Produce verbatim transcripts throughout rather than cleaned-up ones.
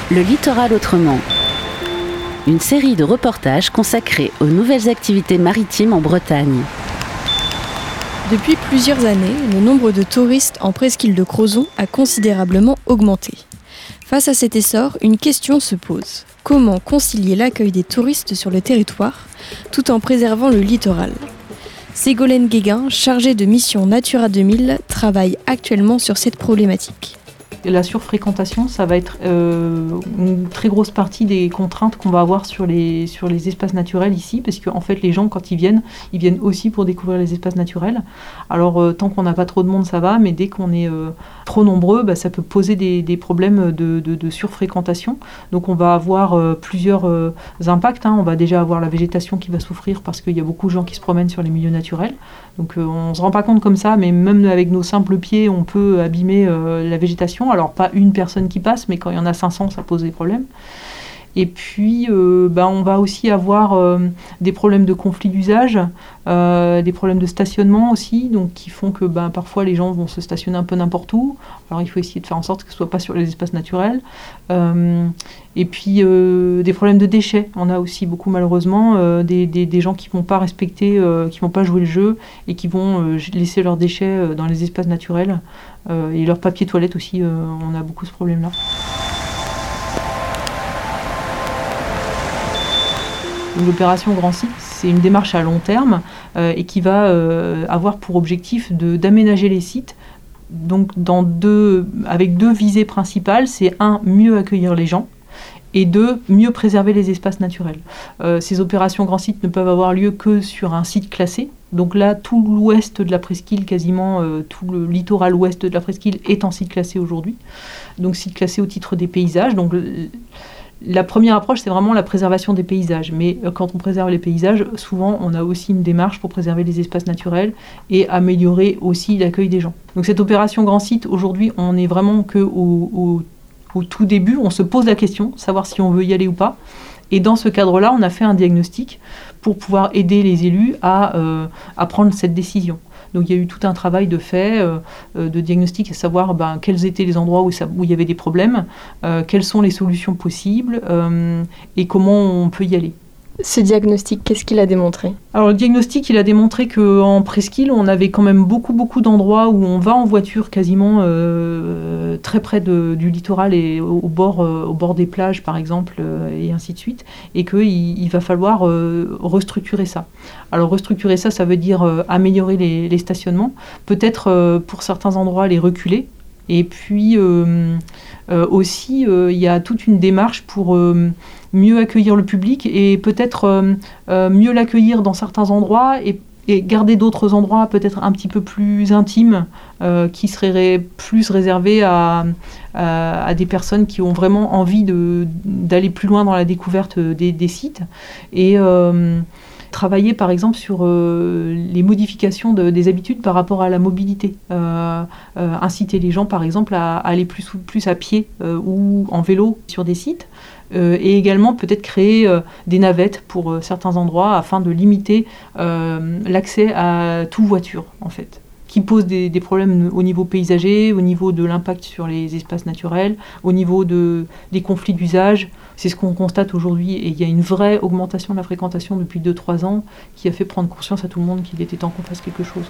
Le littoral autrement. Une série de reportages consacrés aux nouvelles activités maritimes en Bretagne. Depuis plusieurs années, le nombre de touristes en presqu'île de Crozon a considérablement augmenté. Face à cet essor, une question se pose. Comment concilier l'accueil des touristes sur le territoire tout en préservant le littoral ? Ségolène Guéguin, chargée de mission Natura deux mille, travaille actuellement sur cette problématique. La surfréquentation, ça va être euh, une très grosse partie des contraintes qu'on va avoir sur les, sur les espaces naturels ici, parce qu'en fait, les gens, quand ils viennent, ils viennent aussi pour découvrir les espaces naturels. Alors, euh, tant qu'on n'a pas trop de monde, ça va, mais dès qu'on est euh, trop nombreux, bah, ça peut poser des, des problèmes de, de, de surfréquentation. Donc, on va avoir euh, plusieurs euh, impacts. Hein. On va déjà avoir la végétation qui va souffrir parce qu'il y a beaucoup de gens qui se promènent sur les milieux naturels. Donc, euh, on ne se rend pas compte comme ça, mais même avec nos simples pieds, on peut abîmer euh, la végétation. Alors, pas une personne qui passe, mais quand il y en a cinq cents, ça pose des problèmes. Et puis, euh, bah, on va aussi avoir euh, des problèmes de conflit d'usage, euh, des problèmes de stationnement aussi, donc qui font que bah, parfois les gens vont se stationner un peu n'importe où. Alors, il faut essayer de faire en sorte que ce ne soit pas sur les espaces naturels. Euh, et puis, euh, des problèmes de déchets. On a aussi beaucoup, malheureusement, euh, des, des, des gens qui ne vont pas respecter, euh, qui ne vont pas jouer le jeu et qui vont euh, laisser leurs déchets euh, dans les espaces naturels. Euh, et leur papier toilette aussi, euh, on a beaucoup ce problème-là. L'opération Grand Site, c'est une démarche à long terme euh, et qui va euh, avoir pour objectif de, d'aménager les sites donc dans deux, avec deux visées principales. C'est un, mieux accueillir les gens, et deux, mieux préserver les espaces naturels. Euh, ces opérations Grand Site ne peuvent avoir lieu que sur un site classé. Donc là, tout l'ouest de la presqu'île, quasiment euh, tout le littoral ouest de la presqu'île est en site classé aujourd'hui. Donc site classé au titre des paysages. Donc la première approche, c'est vraiment la préservation des paysages. Mais euh, quand on préserve les paysages, souvent, on a aussi une démarche pour préserver les espaces naturels et améliorer aussi l'accueil des gens. Donc cette opération Grand Site, aujourd'hui, on n'est vraiment qu'au au, au tout début. On se pose la question, savoir si on veut y aller ou pas. Et dans ce cadre-là, on a fait un diagnostic pour pouvoir aider les élus à, euh, à prendre cette décision. Donc il y a eu tout un travail de fait, euh, de diagnostic, à savoir ben, quels étaient les endroits où, ça, où il y avait des problèmes, euh, quelles sont les solutions possibles euh, et comment on peut y aller. Ce diagnostic, qu'est-ce qu'il a démontré ? Alors le diagnostic, il a démontré qu'en presqu'île, on avait quand même beaucoup, beaucoup d'endroits où on va en voiture quasiment euh, très près de, du littoral et au, au, bord, euh, au bord des plages, par exemple, euh, et ainsi de suite, et qu'il il va falloir euh, restructurer ça. Alors restructurer ça, ça veut dire euh, améliorer les, les stationnements, peut-être euh, pour certains endroits les reculer, et puis euh, euh, aussi, il euh, y a toute une démarche pour euh, mieux accueillir le public et peut-être euh, euh, mieux l'accueillir dans certains endroits et, et garder d'autres endroits peut-être un petit peu plus intimes euh, qui seraient plus réservés à, à, à des personnes qui ont vraiment envie de, d'aller plus loin dans la découverte des, des sites. Et euh, travailler par exemple sur euh, les modifications de, des habitudes par rapport à la mobilité. Euh, euh, inciter les gens par exemple à, à aller plus, plus à pied euh, ou en vélo sur des sites. Euh, et également peut-être créer euh, des navettes pour euh, certains endroits afin de limiter euh, l'accès à toute voiture en fait, qui pose des, des problèmes au niveau paysager, au niveau de l'impact sur les espaces naturels, au niveau de, des conflits d'usage. C'est ce qu'on constate aujourd'hui et il y a une vraie augmentation de la fréquentation depuis deux à trois ans qui a fait prendre conscience à tout le monde qu'il était temps qu'on fasse quelque chose.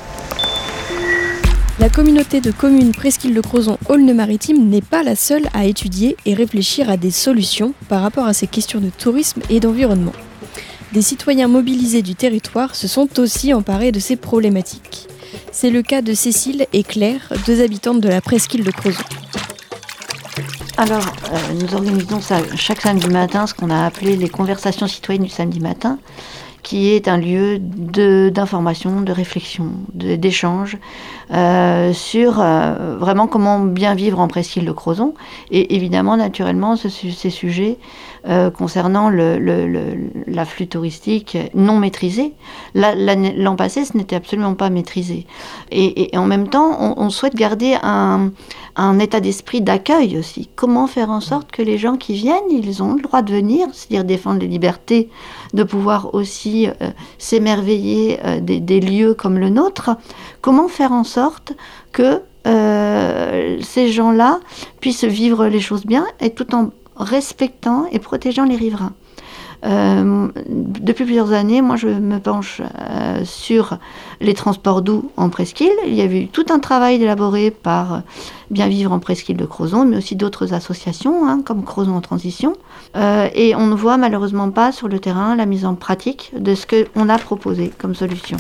La communauté de communes Presqu'île de Crozon Aulne-Maritime n'est pas la seule à étudier et réfléchir à des solutions par rapport à ces questions de tourisme et d'environnement. Des citoyens mobilisés du territoire se sont aussi emparés de ces problématiques. C'est le cas de Cécile et Claire, deux habitantes de la Presqu'île de Crozon. Alors, euh, nous organisons ça chaque samedi matin, ce qu'on a appelé les conversations citoyennes du samedi matin, qui est un lieu de, d'information, de réflexion, de, d'échange euh, sur euh, vraiment comment bien vivre en Presqu'île de Crozon. Et évidemment, naturellement, ce, ces sujets euh, concernant le, le, le, l'afflux touristique non maîtrisé. La, l'an passé, ce n'était absolument pas maîtrisé. Et, et, et en même temps, on, on souhaite garder un, un état d'esprit d'accueil aussi. Comment faire en sorte que les gens qui viennent, ils ont le droit de venir, c'est-à-dire défendre les libertés, de pouvoir aussi euh, s'émerveiller euh, des, des lieux comme le nôtre. Comment faire en sorte que euh, ces gens-là puissent vivre les choses bien et tout en respectant et protégeant les riverains. Euh, depuis plusieurs années, moi je me penche euh, sur les transports doux en presqu'île. Il y avait eu tout un travail élaboré par euh, Bien Vivre en Presqu'île de Crozon, mais aussi d'autres associations, hein, comme Crozon en Transition. Euh, et on ne voit malheureusement pas sur le terrain la mise en pratique de ce qu'on a proposé comme solution.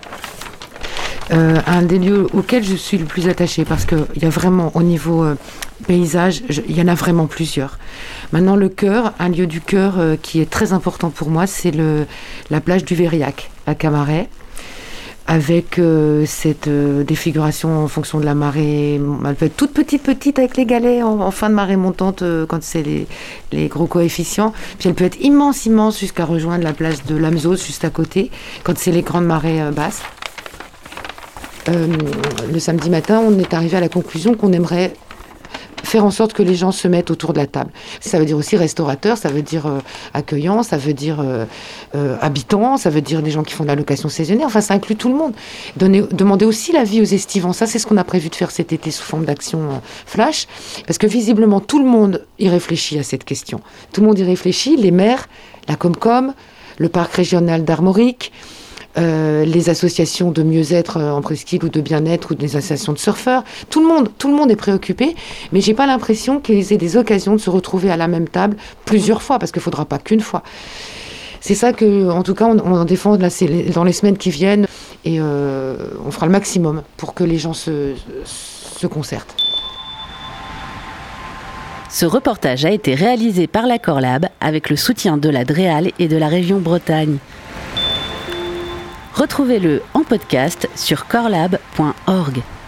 Euh, un des lieux auxquels je suis le plus attachée, parce qu'il y a vraiment, au niveau euh, paysage, il y en a vraiment plusieurs. Maintenant, le cœur, un lieu du cœur euh, qui est très important pour moi, c'est le, la plage du Vériac, à Camaret, avec euh, cette euh, défiguration en fonction de la marée. Elle peut être toute petite, petite, avec les galets en, en fin de marée montante, euh, quand c'est les, les gros coefficients. Puis elle peut être immense, immense, jusqu'à rejoindre la plage de Lamzos, juste à côté, quand c'est les grandes marées euh, basses. Euh, le samedi matin, on est arrivé à la conclusion qu'on aimerait faire en sorte que les gens se mettent autour de la table. Ça veut dire aussi restaurateur, ça veut dire euh, accueillant, ça veut dire euh, euh, habitant, ça veut dire des gens qui font de la location saisonnière, enfin ça inclut tout le monde. Donner, demander aussi l'avis aux estivants, ça c'est ce qu'on a prévu de faire cet été sous forme d'action euh, flash, parce que visiblement tout le monde y réfléchit à cette question. Tout le monde y réfléchit, les maires, la Comcom, le parc régional d'Armorique, Euh, les associations de mieux-être en presqu'île ou de bien-être ou des associations de surfeurs, tout le monde, tout le monde est préoccupé, mais j'ai pas l'impression qu'ils aient des occasions de se retrouver à la même table plusieurs fois, parce qu'il faudra pas qu'une fois. C'est ça que, en tout cas, on, on défend là, c'est dans les semaines qui viennent, et euh, on fera le maximum pour que les gens se, se concertent. Ce reportage a été réalisé par la Corlab avec le soutien de la Dreal et de la région Bretagne. Retrouvez-le en podcast sur corlab point org.